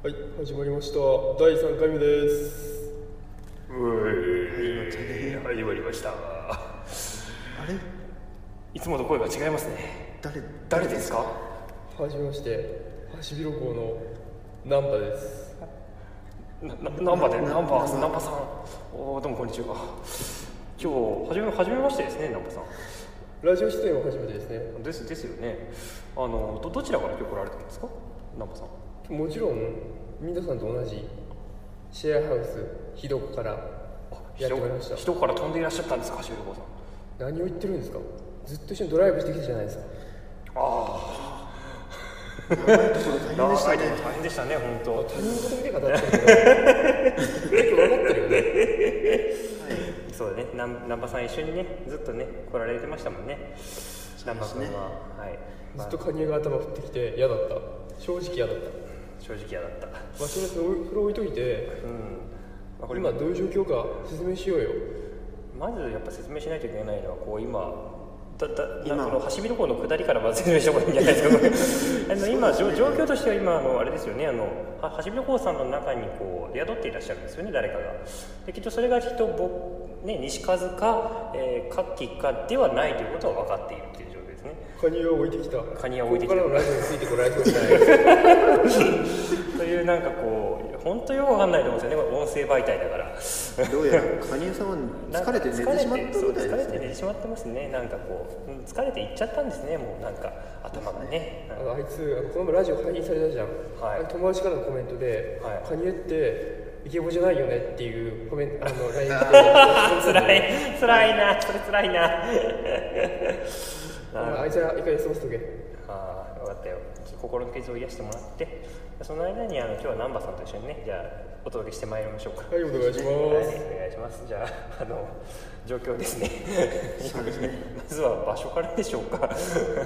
はい、始まりました。第3回目です。 始まりました。 あれ、 いつもと声が違いますね。誰ですか？ はじめまして、ハシビロコウのナンパです。 ナンパさん。どうもこんにちは。今日初めましてですね、ナンパさん。 ラジオ出演は初めてですね。 ですよね。どちらから今日来られたんですか、ナンパさん。 もちろん皆さんと同じシェアハウスひどからやってまいりました。 人から飛んでいらっしゃったんですか、ハシビロコウさん。 何を言ってるんですか。ずっと一緒にドライブしてきたじゃないですか。 大変でしたね、本当。 他人事みたいな方だったけど結構分かってるよね。 はい、そうだね。ナンパさん一緒にね、ずっとね来られてましたもんね。ナンパ君は、はい、 ずっとカニエが頭振ってきて嫌だった。正直嫌だった。 正直嫌だった。 それ置いといて、これ今どういう状況か説明しようよ。 まずやっぱ説明しないといけないのは、こう今このハシビロコウの下りからまず説明した方がいいんじゃないですか。今状況としては今あれですよね、ハシビロコウさんの中にこう宿っていらっしゃるんですよね、誰かが。できっとそれが西和か、カッキかではないということは分かっているという状況ですね。 カニエを置いてきた。 カニエを置いてきた。 ここからのラジオについてこられそうじゃないというなんかこう本当よく分かんないと思うんですよね、音声媒体だから。 どうやらカニエさんは疲れて寝てしまったみたいですね。 疲れて寝てしまってますね。なんかこう疲れていっちゃったんですね、もうなんか頭がね。 あいつこの前ラジオ配信されたじゃん、 はい、 友達からのコメントで、はい、カニエってイケボじゃないよねっていうコメントLINE 来てつらいな、それつらいな。 あいつら一回休ませとけ。 分かったよ。心の傷を癒してもらって、その間に今日は南波さんと一緒にね、じゃあお届けしてまいりましょうか。 はい、お願いします。 はい、お願いします。じゃあ状況ですね。 そうですね。 まずは場所からでしょうか。はい。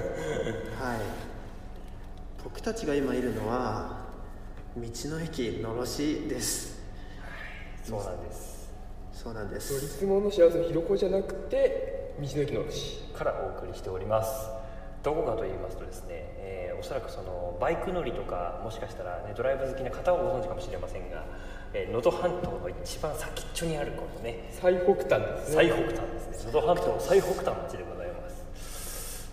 僕たちが今いるのは道の駅のろしです。 そうなんです。 そうなんです。 質問の幸せひろこじゃなくて道の駅のろしからお送りしております。どこかと言いますとですね、おそらくそのバイク乗りとか、もしかしたら、ね、ドライブ好きな方はご存知かもしれませんが、能登半島の一番先っちょにあるこのね、 最北端ですね。 最北端ですね。能登半島最北端の地でございます。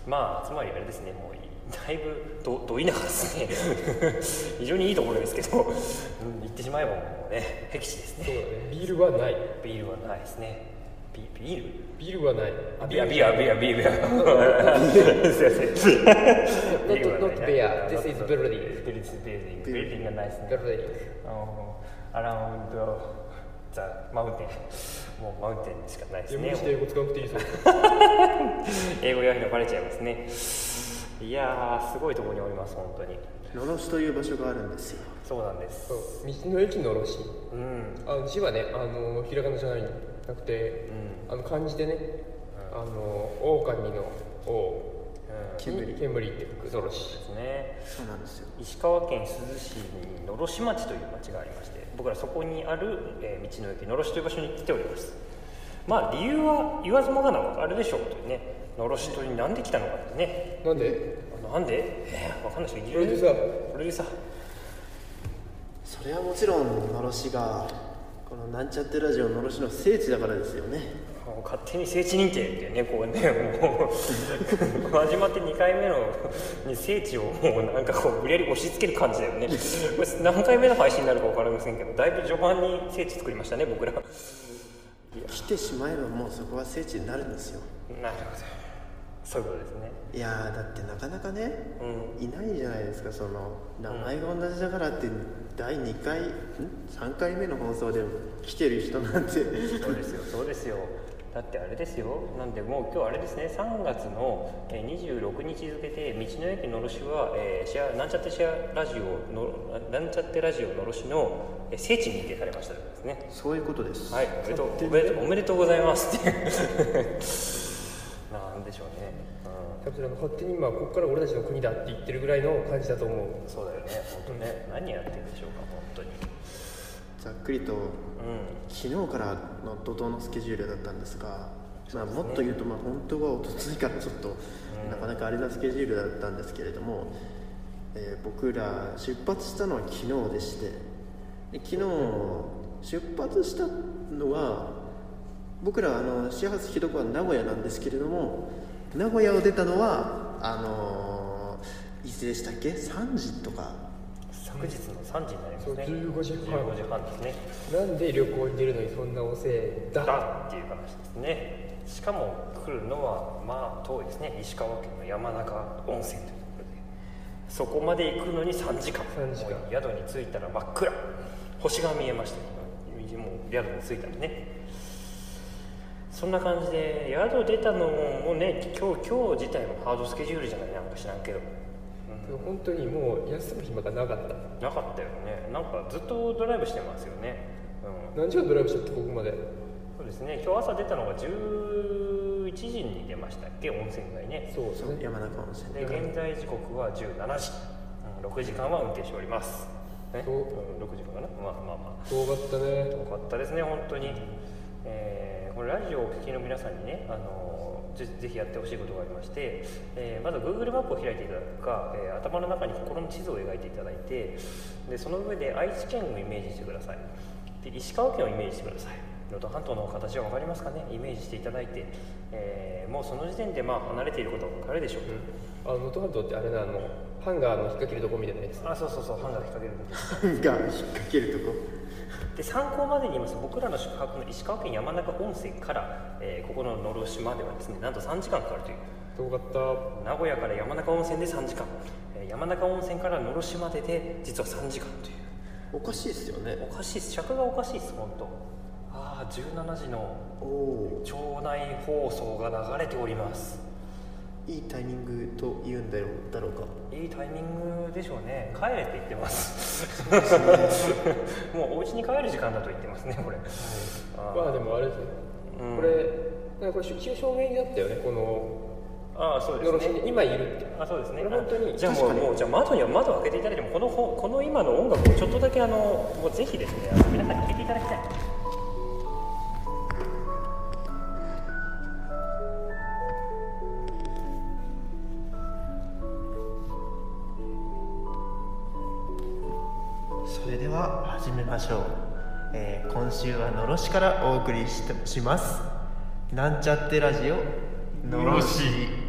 まあつまりあれですね、もうだいぶど田舎ですね。非常にいいところですけど、行ってしまえばもうね、僻地ですね。 そうだね。ビールはない。 ビールはないですね。ビールはない。 ビア。すいません。 Not beer. This is building. Building がないですね。Around the mountain. もうマウンテンしかないですね。 英語使わなくていいぞ。 英語弱いのバレちゃいますね。いやー、すごいところにおります、本当に。 のろしという場所があるんですよ。 そうなんです。 道の駅のろし。字はね、ひらがなじゃないなくて、漢字でね、狼の王、煙って書くのろしですね。 そうなんですよ。 石川県珠洲市にのろし町という町がありまして、僕らそこにある、道の駅のろしという場所に来ております。まあ理由は言わずもがなあれでしょうというね。のろしとなんで来たのかってね。 なんでわかんない人いる。 プロデューサー。 それはもちろんのろしがこのなんちゃってラジオのろしの聖地だからですよね。 勝手に聖地認定ってね、こうね、もう始まって2回目のに聖地をもうなんかこう無理やり押し付ける感じだよね。何回目の配信になるか分かりませんけど、だいぶ序盤に聖地作りましたね、僕ら。 来てしまえばもうそこは聖地になるんですよ。 なるほど、そういうことですね。 いやだってなかなかね、いないじゃないですか。その名前が同じだからって第2回3回目の放送で来てる人なんて。そうですよ。だってあれですよ。なんでもう今日あれですね、3月の26日付で道の駅のろしは、なんちゃってラジオのろしの聖地に認定されましたですね。 そういうことです。 はい、おめでとうございますってなんでしょうね。 多分勝手に今ここから俺たちの国だって言ってるぐらいの感じだと思う。 そうだよね、本当ね。何やってるんでしょうか、本当に。 ざっくりと、昨日からの怒涛のスケジュールだったんですが、もっと言うと、本当はおとついからちょっと、なかなかあれなスケジュールだったんですけれども、 僕ら出発したのは昨日でして、で昨日出発したのは僕らシェアハウスひどこは名古屋なんですけれども、名古屋を出たのはいつでしたっけ、3時とか昨日の3時になりますね。 15時半ですね。 なんで旅行に出るのにそんな遅いだっていう話ですね。しかも来るのはまあ遠いですね。石川県の山中温泉というところで、そこまで行くのに3時間。もう宿に着いたら真っ暗、星が見えました。もう宿に着いたらね、そんな感じで宿出たのもね、今日自体もハードスケジュールじゃない、なんか知らんけど、 本当にもう休む暇がなかった。 なかったよね。なんかずっとドライブしてますよね。 何時間ドライブしたっけ、ここまで。 そうですね。今日朝出たのが11時に出ましたっけ、温泉街ね。 そうですね、 山中温泉で現在時刻は17時、6時間は運転しております、ね、6時間かな。まあ遠かったね。 遠かったですね、本当に。これラジオをお聞きの皆さんにね、ぜひやってほしいことがありまして、まず Google マップを開いていただくか、頭の中に心の地図を描いていただいて、でその上で愛知県をイメージしてください。で石川県をイメージしてください。能登半島の形は分かりますかね。イメージしていただいて、もうその時点で離れていることが分かるでしょう。 能登半島ってあれな、ハンガーの引っ掛けるとこみたいなやつ。 そうハンガー引っ掛けるとこハンガー引っ掛けるとこで、参考までに言いますと、僕らの宿泊の石川県山中温泉から、ここの野呂島ではですね、なんと3時間かかるという。 遠かった。 名古屋から山中温泉で3時間、山中温泉から野呂島で実は3時間という。 おかしいですよね。 おかしいです、尺がおかしいです、本当。17時の町内放送が流れております。 いいタイミングと言うんだろうか。 いいタイミングでしょうね。帰れって言ってますもうお家に帰る時間だと言ってますね、これ。 まあでもあれですね、これなんかこれ一応証明になったよね、このそうですね、 今いるって。 そうですね。 本当に。 じゃあもうじゃあ窓を開けていただいても、この今の音楽をちょっとだけもうぜひですね、皆さんに聴いていただきたい。 それでは始めましょう。今週はのろしからお送りします。なんちゃってラジオのろし。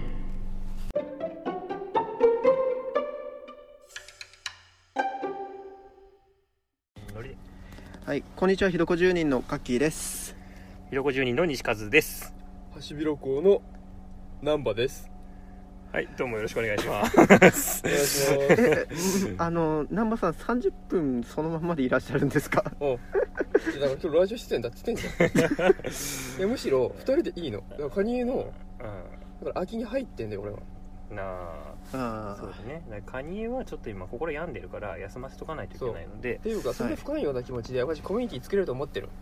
はい、こんにちは。ひどこ10人のカッキーです。 ひどこ10人の西和です。 ハシビロコウの南波です。 はい、どうもよろしくお願いしますお願いします南波さん30分そのままでいらっしゃるんですか？ だから今日ラジオ出演だって言ってんじゃんいやむしろ2人でいいの。だからカニエの、だから秋に入ってんだよ俺は。 そうですね。カニエはちょっと今心病んでるから休ませとかないといけないので。 っていうかそんな不寛容な気持ちで私コミュニティ作れると思ってる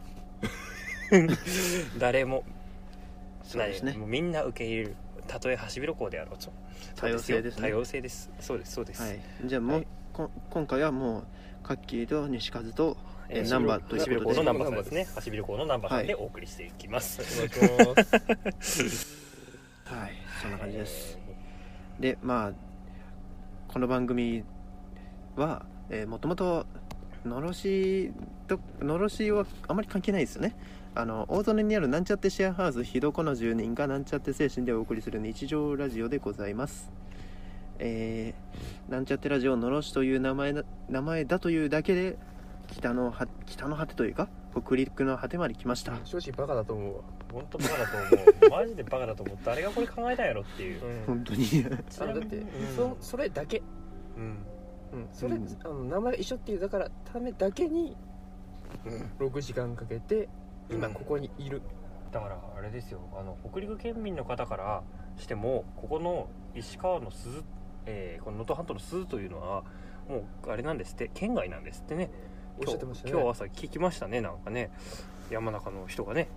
誰もそうですね。 もうみんな受け入れる。たとえハシビロコウであろうと。 多様性ですね。 多様性です。そうです、 はい、じゃあもう、今回はもうカッキーと西和と南波ということで、 ハシビロコウの南波さんですね。ハシビロコウの南波さんでお送りしていきます。 お願いしますはい、そんな感じです。で、この番組はもともとのろしはあまり関係ないですよね。大曽根にあるなんちゃってシェアハウスひどこの住人がなんちゃって精神でお送りする日常ラジオでございます。なんちゃってラジオのろしという名前だというだけで北の果てというか北陸の果てまで来ました。 正直バカだと思うわ。 本当バカだと思うマジでバカだと思う。誰がこれ考えたんやろっていう、 本当にだってそれだけそれ名前一緒っていうだからためだけに6時間かけて今ここにいる。 だからあれですよ、北陸県民の方からしてもここの石川の鈴、この能登半島の鈴というのはもうあれなんですって、県外なんですってね。 おっしゃってましたね。 今日朝聞きましたね、なんかね、山中の人がね。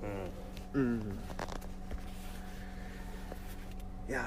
いや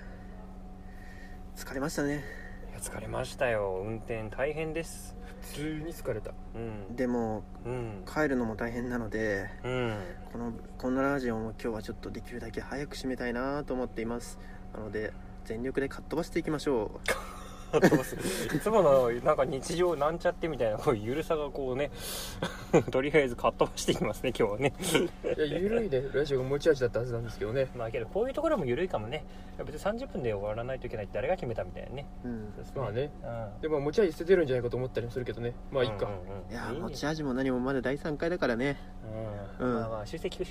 疲れましたね。 いや疲れましたよ。運転大変です。 普通に疲れた。 でも、帰るのも大変なので、このラジオも今日はちょっとできるだけ早く締めたいなと思っています。なので全力でかっ飛ばしていきましょういつものなんか日常なんちゃってみたいなこういうゆるさがこうねとりあえずかっ飛ばしていきますね今日はね。 いやゆるいねラジオが持ち味だったはずなんですけどね。 まあけどこういうところもゆるいかもね。別に30分で終わらないといけないって誰が決めたみたいなね。そうですねまあね、 うん、 でも持ち味捨ててるんじゃないかと思ったりもするけどね。まあいいか、 いや持ち味も何もまだ第3回だからね。 まあまあ修正聞く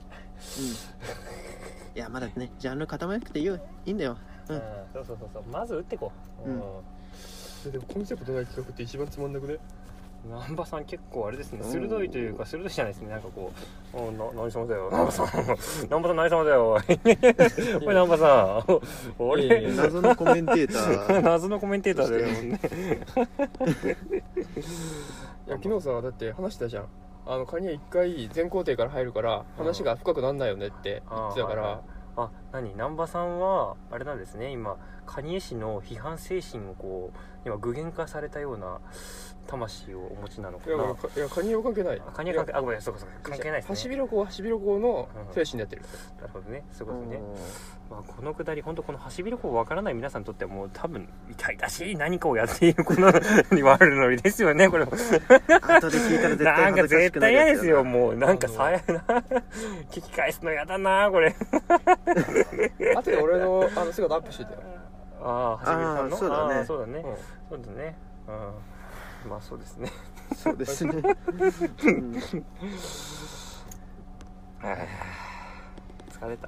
いやまだねジャンル固まらなくていいんだよ。 そうまず打ってこう。 でもコンセプトない企画って一番つまんなくね。 南波さん結構あれですね、鋭いというか鋭いじゃないですね。なんかこう何様だよ南波さん何様だよおい南波さん俺謎のコメンテーター謎のコメンテーターだよね。 いや昨日さだって話したじゃん。カニは1回全工程から入るから話が深くなんないよねって言ってたから、 南波さんはあれなんですね。今カニエ氏の批判精神をこう今具現化されたような魂をお持ちなのかな。 いやカニは関係ない。 カニは関係ごめんそう関係ないですね。 ハシビロコウの精神でやってる。 なるほどね、そういうことね。このくだり本当このハシビロコウわからない皆さんにとってはもう多分痛々しい何かをやっているこのに悪ノリですよねこれも。 後で聞いたら絶対なんか絶対嫌ですよ。もうなんか聞き返すの嫌だなこれ。 あとで俺の姿アップしてたよ。 はじめさんのそうだねそうだね、まあそうですね。 そうですね。 疲れた。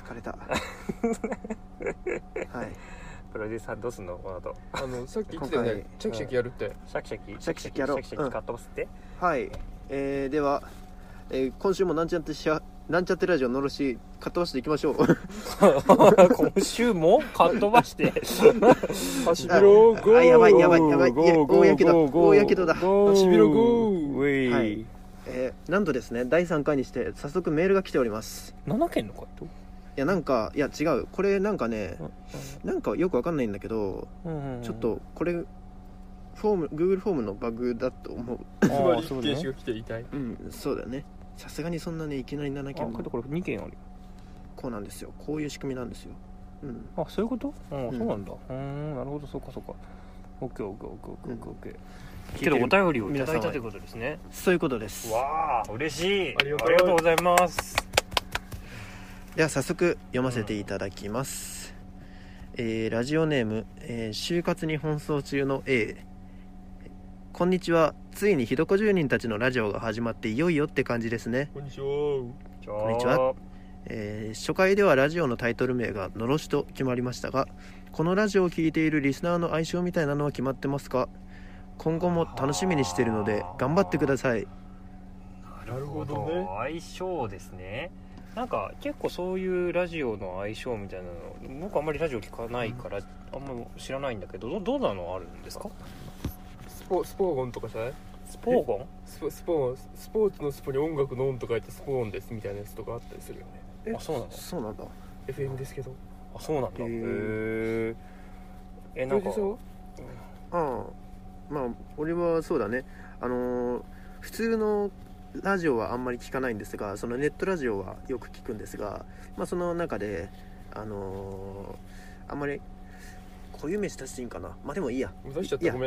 はい。 プロデューサーどうすんのこの後。 さっき言ってたよね。シャキシャキやるって。 シャキシャキやろう。 シャキシャキカットバスって。 はい。では、今週もなんちゃってラジオのろしかっ飛ばしていきましょう。 今週もかっ飛ばして。 ハシビロゴー。 やばい。大やけどだ。 ハシビロゴー。 はい。なんとですね第3回にして早速メールが来ております。 7件の回答？ いや違うこれなんかね、なんかよくわかんないんだけど、ちょっとこれGoogle フォームのバグだと思う。 つまり1件しか来ていない。 そうだよね。さすがにそんなねいきなり7件も。 これ2件あるよ。 こうなんですよ。こういう仕組みなんですよ。 そういうこと？そうなんだ。なるほど、そうか。オッケー。けどお便りをいただいたということですね。 そういうことです。 わあ、嬉しい。ありがとうございます。 では早速読ませていただきます。ラジオネーム、就活に奔走中の A。こんにちは。ついにひどこ住人たちのラジオが始まっていよいよって感じですね。 こんにちは。初回ではラジオのタイトル名がのろしと決まりましたが、このラジオを聞いているリスナーの相性みたいなのは決まってますか？今後も楽しみにしているので頑張ってください。 なるほどね。 相性ですね。なんか結構そういうラジオの相性みたいなの僕あんまりラジオ聞かないから、あんま知らないんだけどどうなのあるんですか？ スポーゴンとかじゃない？ スポーゴン？ スポーツのスポに音楽の音と書いてスポーンですみたいなやつとかあったりするよね。 そうなんだ。 FM ですけど。 そうなんだ。へえ。なんかまあ俺はそうだね。普通のラジオはあんまり聞かないんですが、そのネットラジオはよく聞くんですが、その中であんまりこういう名詞出していいんかな。でもいいや。 出しちゃったごめん。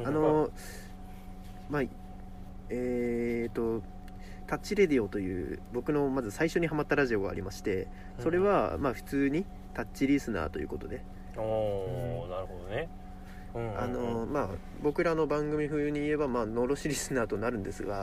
タッチレディオという僕のまず最初にハマったラジオがありまして、それは普通にタッチリスナーということで。 なるほどね。 僕らの番組風に言えばのろしリスナーとなるんですが、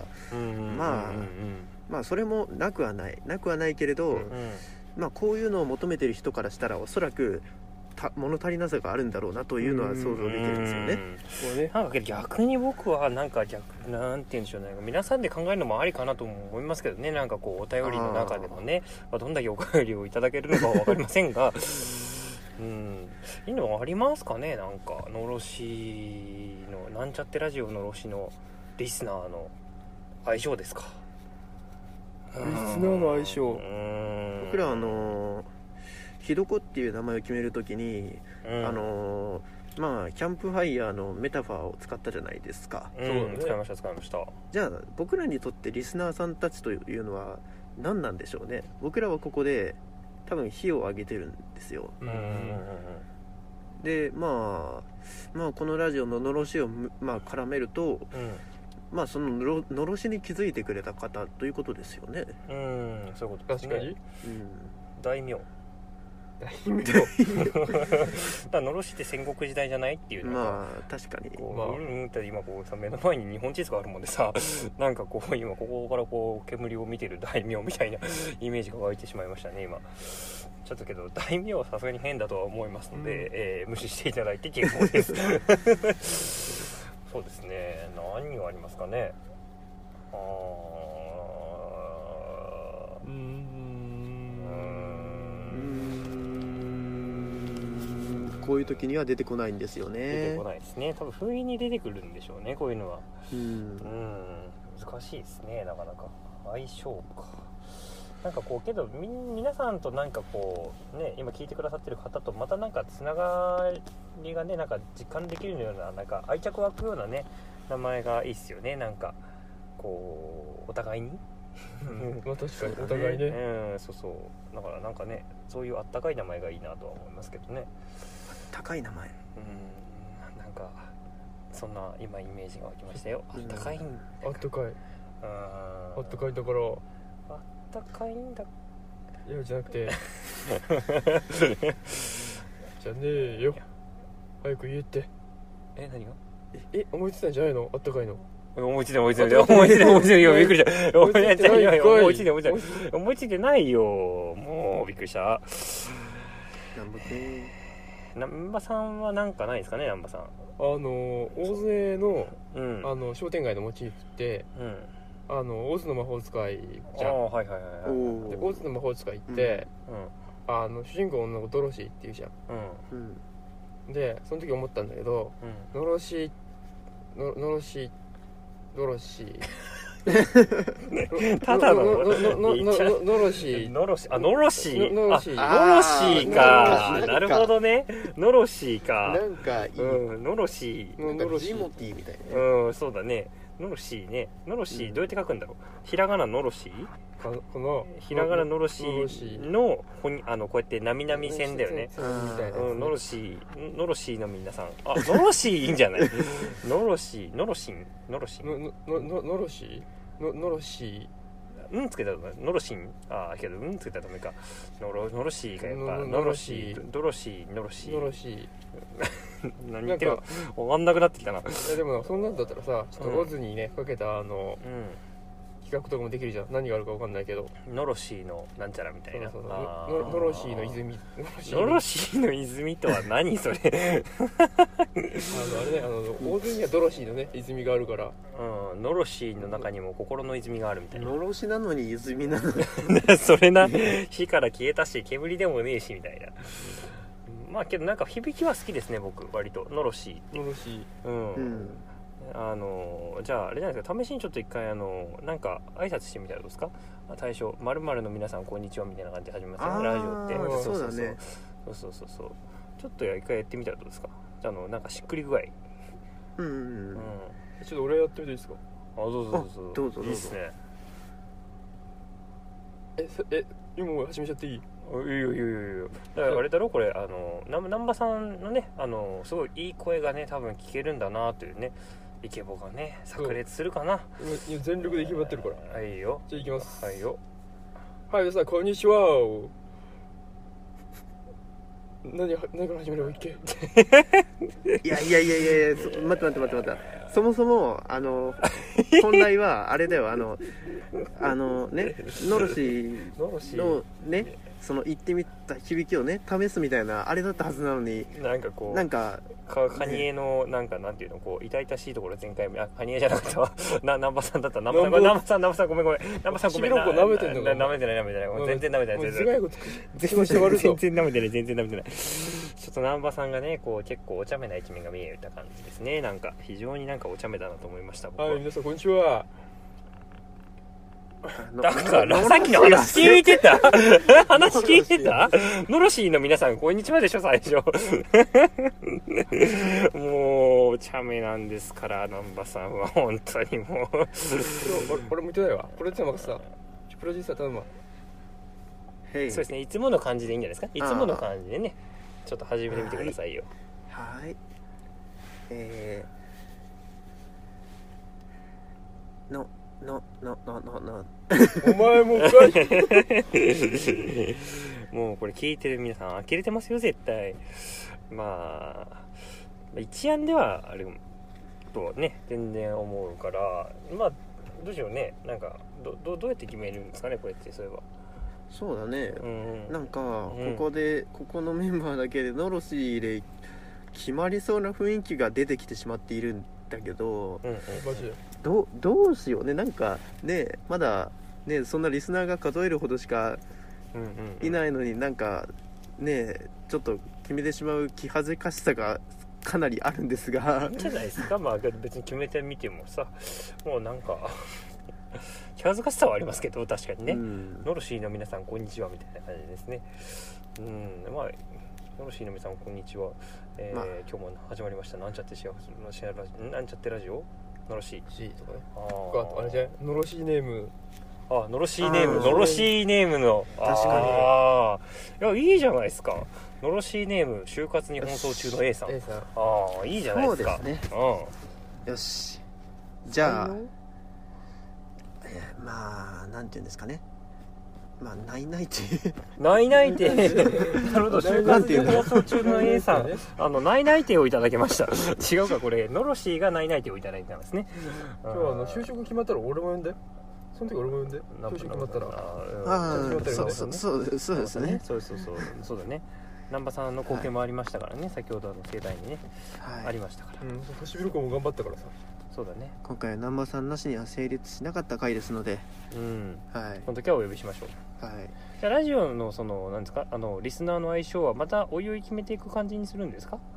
それもなくはないけれど、こういうのを求めてる人からしたらおそらく物足りなさがあるんだろうなというのは想像できるんですよね。 なんか逆に僕はなんて言うんでしょうね。皆さんで考えるのもありかなと思いますけどね。なんかこうお便りの中でもね、どんだけお便りをいただけるのかは分かりませんが。いいのありますかね。なんかのろしのなんちゃってラジオのろしのリスナーの相性ですか？ リスナーの相性。 僕らひどこっていう名前を決めるときに、キャンプファイヤーのメタファーを使ったじゃないですか。 使いました。 じゃあ僕らにとってリスナーさんたちというのは何なんでしょうね。僕らはここで多分火を上げてるんですよ。 でまあこのラジオののろしを絡めると、そののろしに気づいてくれた方ということですよね。 そういうことですね。 確かに、 大名だのろしって戦国時代じゃないっていうのが確かにって今こうさ目の前に日本地図があるもんでさなんかこう今ここからこう煙を見てる大名みたいなイメージが湧いてしまいましたね今。ちょっとけど大名はさすがに変だとは思いますので、無視していただいて結構ですそうですね。何がありますかね。 こういう時には出てこないんですよね。 出てこないですね。多分不意に出てくるんでしょうねこういうのは。難しいですねなかなか。相性かなんかこうけど皆さんとなんかこうね今聞いてくださってる方とまたなんかつながりがねなんか実感できるようななんか愛着湧くようなね名前がいいっすよね。なんかこうお互いに確かにお互いね、 そうだからなんかねそういうあったかい名前がいいなとは思いますけどね。 高い名前なんかそんな今イメージが湧きましたよ。あったかいあったかいあったかいだからあったかいんだいやじゃなくてじゃねえよ早く言えって何が思いついたんじゃないのあったかいの思いついてよびっくりした思いついてないよもうびっくりした。南波さんはなんかないですかね。南波さん大勢の、商店街のモチーフって、オズの魔法使いじゃん。でオズの魔法使いって、主人公の女の子ドロシーっていうじゃん、でその時思ったんだけど、ドロシーただのノロシーかなるほどね。ノロシーかなんかいい、 ノロシージモティみたいなそうだね。ノロシーね。ノロシーどうやって書くんだろう。ひらがなノロシーこのひらがなノロシーのこうやってなみなみ線だよね。ノロシーの皆さんノロシーいいんじゃないノロシーつけたらノロシンけどつけたらダメか。ノロシーがやっぱノロシードロシー何言ってるか分かんなくなってきたな。 でもそんなんだったらさちょっとオズにねかけた企画とかもできるじゃん。何があるか分かんないけどノロシーのなんちゃらみたいな。 ノロシーの泉ノロシーの泉とは何それあれね大勢にはドロシーのね泉があるから、 ノロシーの中にも心の泉があるみたいな。 ノロシなのに泉なのそれな火から消えたし煙でもねえしみたいな。けどなんか響きは好きですね僕割とノロシーじゃああれじゃないですか試しにちょっと一回なんか挨拶してみたらどうですか。最初〇〇の皆さんこんにちはみたいな感じで始めますよねラジオって。 そうだね。 そうちょっと一回やってみたらどうですか。なんかしっくり具合ちょっと俺やってみていいですか。 どうぞいいっすね。 今も始めちゃっていい？ いいよだからあれだろこれ南波さんのねすごいいい声がね多分聞けるんだなというね。イケボがね炸裂するかな。 今全力でイケボやってるから。 はいよ。 じゃあ行きます。 はいよ。 はい皆さんこんにちは。何から始めればいいっけいや待ってそもそも本来はあれだよねノロシのねその言ってみた響きをね試すみたいなあれだったはずなのになんかこうなんかカニエのなんかなんていうのこう痛々しいところ前回カニエじゃなかったわ南波さんだった南波さんごめん南波さんごめん舐めてんのか舐めてない全然舐めてない全然舐めてないちょっと南波さんがねこう結構お茶目な一面が見えた感じですね。なんか非常になんかお茶目だなと思いました僕は。 はい皆さんこんにちは。 だからさっきの話聞いてたノロシーの皆さんこんにちはでしょ最初もうお茶目なんですから南波さんは本当にもう俺向いてないわ。プロデューサー任せた。プロデューサー頼むわ。 そうですねいつもの感じでいいんじゃないですか。いつもの感じでねちょっと始めてみてくださいよ。 はいのお前もかいもうこれ聞いてる皆さん呆れてますよ絶対。まあ一案ではあるとね全然思うから、まあどうしようね。なんかどうやって決めるんですかねこれって。そういえばそうだね、なんかうんここのメンバーだけでノロシーで決まりそうな雰囲気が出てきてしまっているんだけど、 マジでどうしようね。なんかねまだねそんなリスナーが数えるほどしかいないのに、なんかねちょっと決めてしまう気恥ずかしさがかなりあるんですがじゃないですか。まあ別に決めてみてもさ、もうなんか気恥ずかしさはありますけど確かにね、ノロシーの皆さんこんにちはみたいな感じですね。まあノロシーの皆さんこんにちは、今日も始まりましたなんちゃってラジオノロシー C とかね。あれじゃないノロシーネーム。 ノロシーネームの確かにいやいいじゃないですか。ノロシーネーム就活に奔走中の A さん。 A さんいいじゃないですか。 そうですね。よし、じゃあまあなんていうんですかね、まあないないってないないてなるほど、就活に放送中の A さんないないてをいただきました違うか、これノロシーがないないてをいただいたんですね。 今日就職決まったら俺も呼んで。その時俺も呼んで。就職決まったらそうですね。 そうだね。南波さんの貢献もありましたからね、先ほどの盛大にね、ありましたから。 ハシビロコウも頑張ったからさ。 そうだね。 今回は南波さんなしには成立しなかった回ですので、 この時はお呼びしましょう。じゃあラジオのなんですか、リスナーの相性はまたおいおい決めていく感じにするんですか？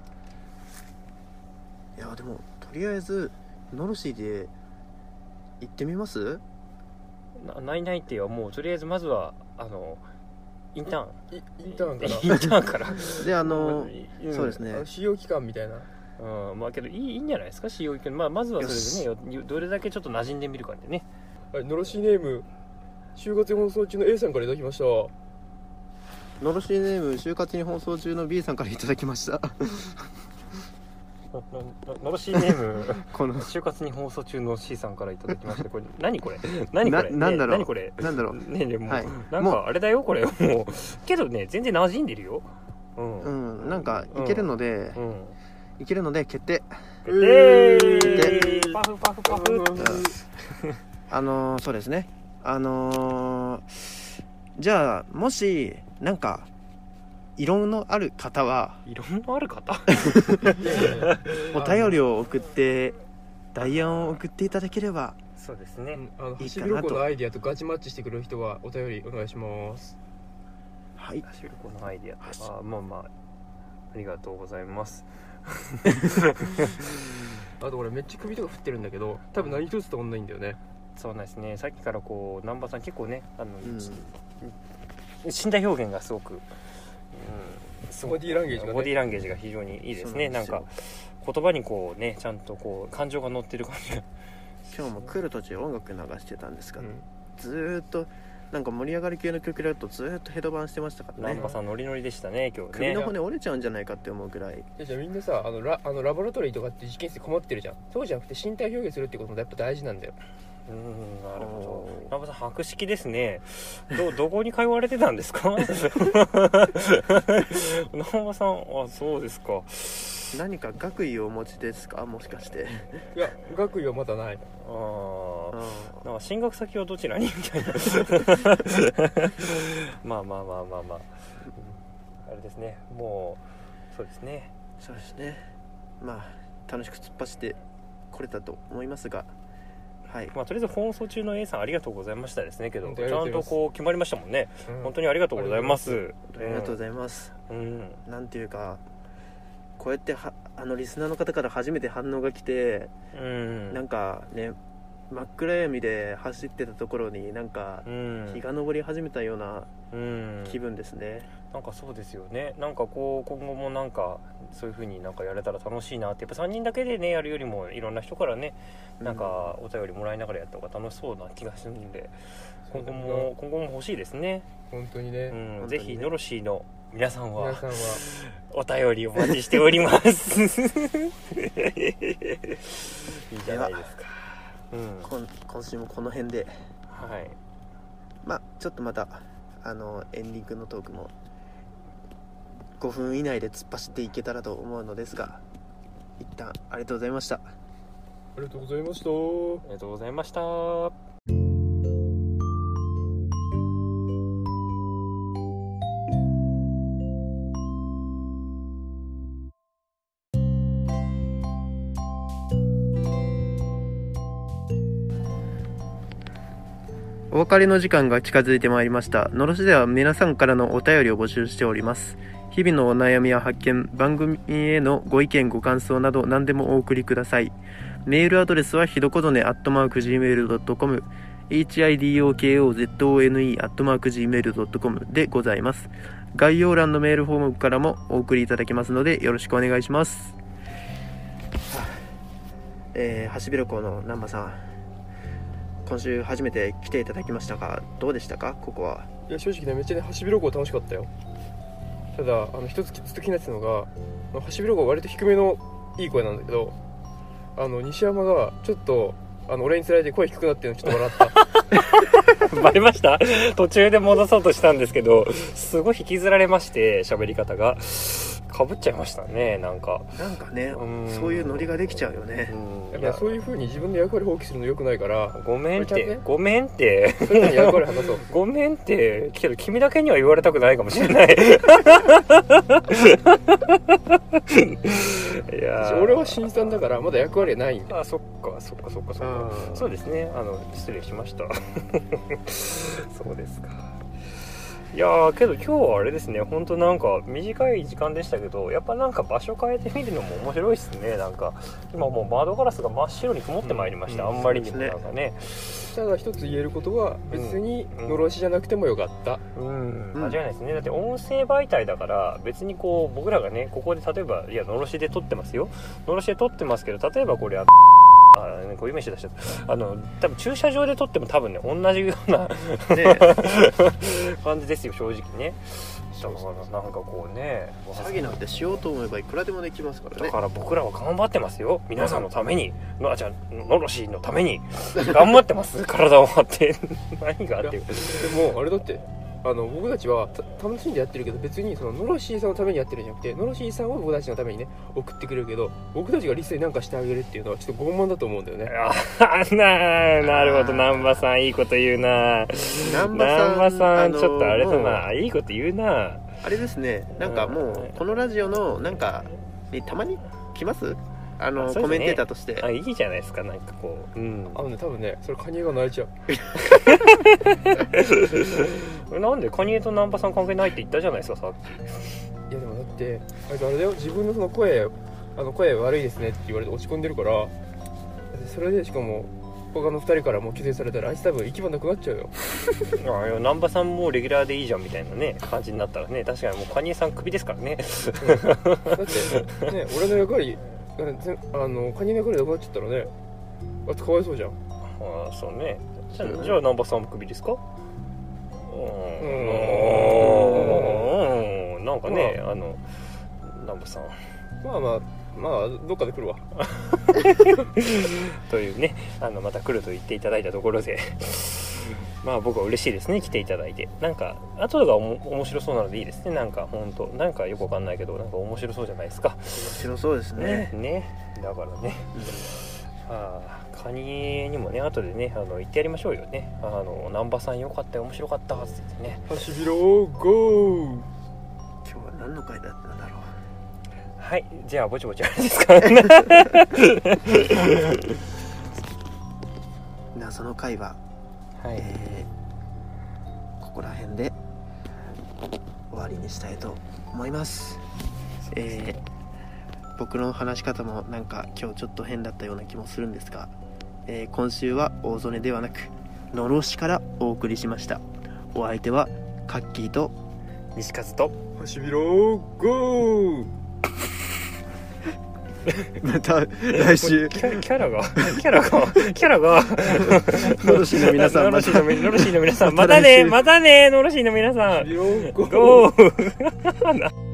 いやでもとりあえずノロシーで行ってみます？ ないないってはもうとりあえずまずはインターンからでそうですね、 使用期間みたいな。 まあけどいいんじゃないですか、使用期間。まずはそれでね、どれだけちょっと馴染んでみるかでね。 ノロシーネーム就活に放送中の A さんからいただきました。 ノロシーネーム就活に放送中の B さんからいただきましたノロシーネーム就活に放送中の C さんからいただきました。これ何これ何だろうね。でもなんかあれだよこれ、もうけどね全然馴染んでるよ。 なんかいけるので決定パフパフパフそうですね。じゃあもしなんか異論のある方はお便りを送って代案を送っていただければ。 そうですね。 ハシビロコウのアイディアとガチマッチしてくれる人はお便りお願いします。 ハシビロコウのアイディアとありがとうございます。 あと俺めっちゃ首とか振ってるんだけど多分何一つと同じんだよね。 そうなんですね。さっきから南波さん結構ね身体表現がすごく、 ボディーランゲージが非常にいいですね。なんか言葉にちゃんと感情が乗ってる感じが。 今日も来る途中音楽流してたんですが、ずーっとなんか盛り上がり系の曲だとずーっとヘドバンしてましたからね。 南波さんノリノリでしたね今日ね。 首の骨折れちゃうんじゃないかって思うくらい。 じゃあみんなさラボラトリーとかって実験室困ってるじゃん。そうじゃなくて身体表現するってこともやっぱ大事なんだよ。 なるほど。南波さん博識ですね。どこに通われてたんですか？南波さんそうですか。 何か学位をお持ちですか、もしかして？ いや学位はまだない。 なんか進学先はどちらにみたいなまああれですね。もうそうですね。まあ楽しく突っ走ってこれたと思いますが、 とりあえず放送中の A さんありがとうございましたですね。けどちゃんと決まりましたもんね。本当にありがとうございます。 ありがとうございます。なんていうかこうやってリスナーの方から初めて反応が来て、なんかね真っ暗闇で走ってたところになんか日が昇り始めたような気分ですね。 なんかそうですよね。なんか今後もなんかそういう風になんかやれたら楽しいなって。やっぱ3人だけでねやるよりもいろんな人からねなんかお便りもらいながらやった方が楽しそうな気がするんで、今後も欲しいですね。 本当にね。 ぜひノロシーの皆さんは皆さんはお便りお待ちしておりますいいじゃないですか。 今週もこの辺で、 はい、 まあちょっとまたエンディングのトークも5分以内で突っ走っていけたらと思うのですが、一旦ありがとうございました。 ありがとうございました。 ありがとうございました。 お別れの時間が近づいてまいりました。のろしでは皆さんからのお便りを募集しております。日々のお悩みや発見、番組へのご意見ご感想など何でもお送りください。メールアドレスはひどこぞね@gmail.com、hidokozone@gmail.com でございます。概要欄のメールフォームからもお送りいただけますのでよろしくお願いします。ハシビロコウの南波さん、今週初めて来ていただきましたがどうでしたか？ここは。 いや正直ね、めっちゃねハシビロコウ楽しかったよ。ただ一つずっと気になってたのが、ハシビロコウ割と低めのいい声なんだけど、西山がちょっと俺につられて声低くなってるのちょっと笑ったバレました？途中で戻そうとしたんですけど、すごい引きずられまして、喋り方がかぶっちゃいましたね。なんかね、そういうノリができちゃうよね。 いやそういう風に自分で役割放棄するの良くないから、 ごめんって、 ね、 ごめんってそういう風に役割果たそうごめんってけど君だけには言われたくないかもしれないいや俺は新さんだからまだ役割はないんだ。 あ、そっかそうですね、失礼しましたそうですか。いやーけど今日はあれですね、本当なんか短い時間でしたけど、やっぱなんか場所変えてみるのも面白いですね。なんか今もう窓ガラスが真っ白に曇ってまいりました、あんまりにもなんかね。 ただ一つ言えることは、別にのろしじゃなくてもよかった。 間違いないですね。だって音声媒体だから別にこう僕らがねここで例えばいやのろしで撮ってますよ、のろしで撮ってますけど、例えばこれこういう飯出しちゃった多分駐車場で撮っても多分ね同じような、ね、感じですよ正直ね。だからなんかこうね、 詐欺なんてしようと思えばいくらでもできますからね。 だから僕らは頑張ってますよ、皆さんのためにのろしのために頑張ってます体を張って何があっていうでもあれだって僕たちは楽しんでやってるけど、別にそののろしーさんのためにやってるんじゃなくて、のろしーさんは僕たちのためにね送ってくれるけど、僕たちがリスに何かしてあげるっていうのはちょっと傲慢だと思うんだよね。 なるほど、南波さんいいこと言うな。南波さんちょっとあれだな、いいこと言うな。 あれですね、なんかもうこのラジオのなんかにたまに来ますコメンテーターとして。 いいじゃないですか、なんかこう、 多分ねそれカニエが泣いちゃうなんでカニエと南波さん関係ないって言ったじゃないですかさっき。 いやでもだってあいつあれだよ、自分のその声悪いですねって言われて落ち込んでるから、それでしかも他の2人からも規制されたらあいつ多分行き場なくなっちゃうよいや南波さんもレギュラーでいいじゃんみたいなね感じになったらね、確かにもうカニエさんクビですからねだってね、俺の役割カニの役割なくなっちゃったらね、あいつかわいそうじゃん。 そうね。じゃあ南波さんもクビですか？なんかね、南波さんまあどっかで来るわというね、また来ると言っていただいたところでまあ僕は嬉しいですね、来ていただいて。なんか後が面白そうなのでいいですね。なんか本当なんかよくわかんないけどなんか面白そうじゃないですか。 面白そうですね。 だからね、カニにもね後でね言ってやりましょうよね。南波さんよかったよ面白かったって言ってね。 ハシビロゴー。 今日は何の回だったんだろう。 はい、じゃあぼちぼちあれですかその回は、ここら辺で終わりにしたいと思います。僕の話し方もなんか今日ちょっと変だったような気もするんですが、今週は大曽根ではなくのろしからお送りしました。お相手はカッキーと西和とハシビロゴーまた来週キャラがノロシーの皆さんノロシーの皆さんまたねノロシーの皆さんゴー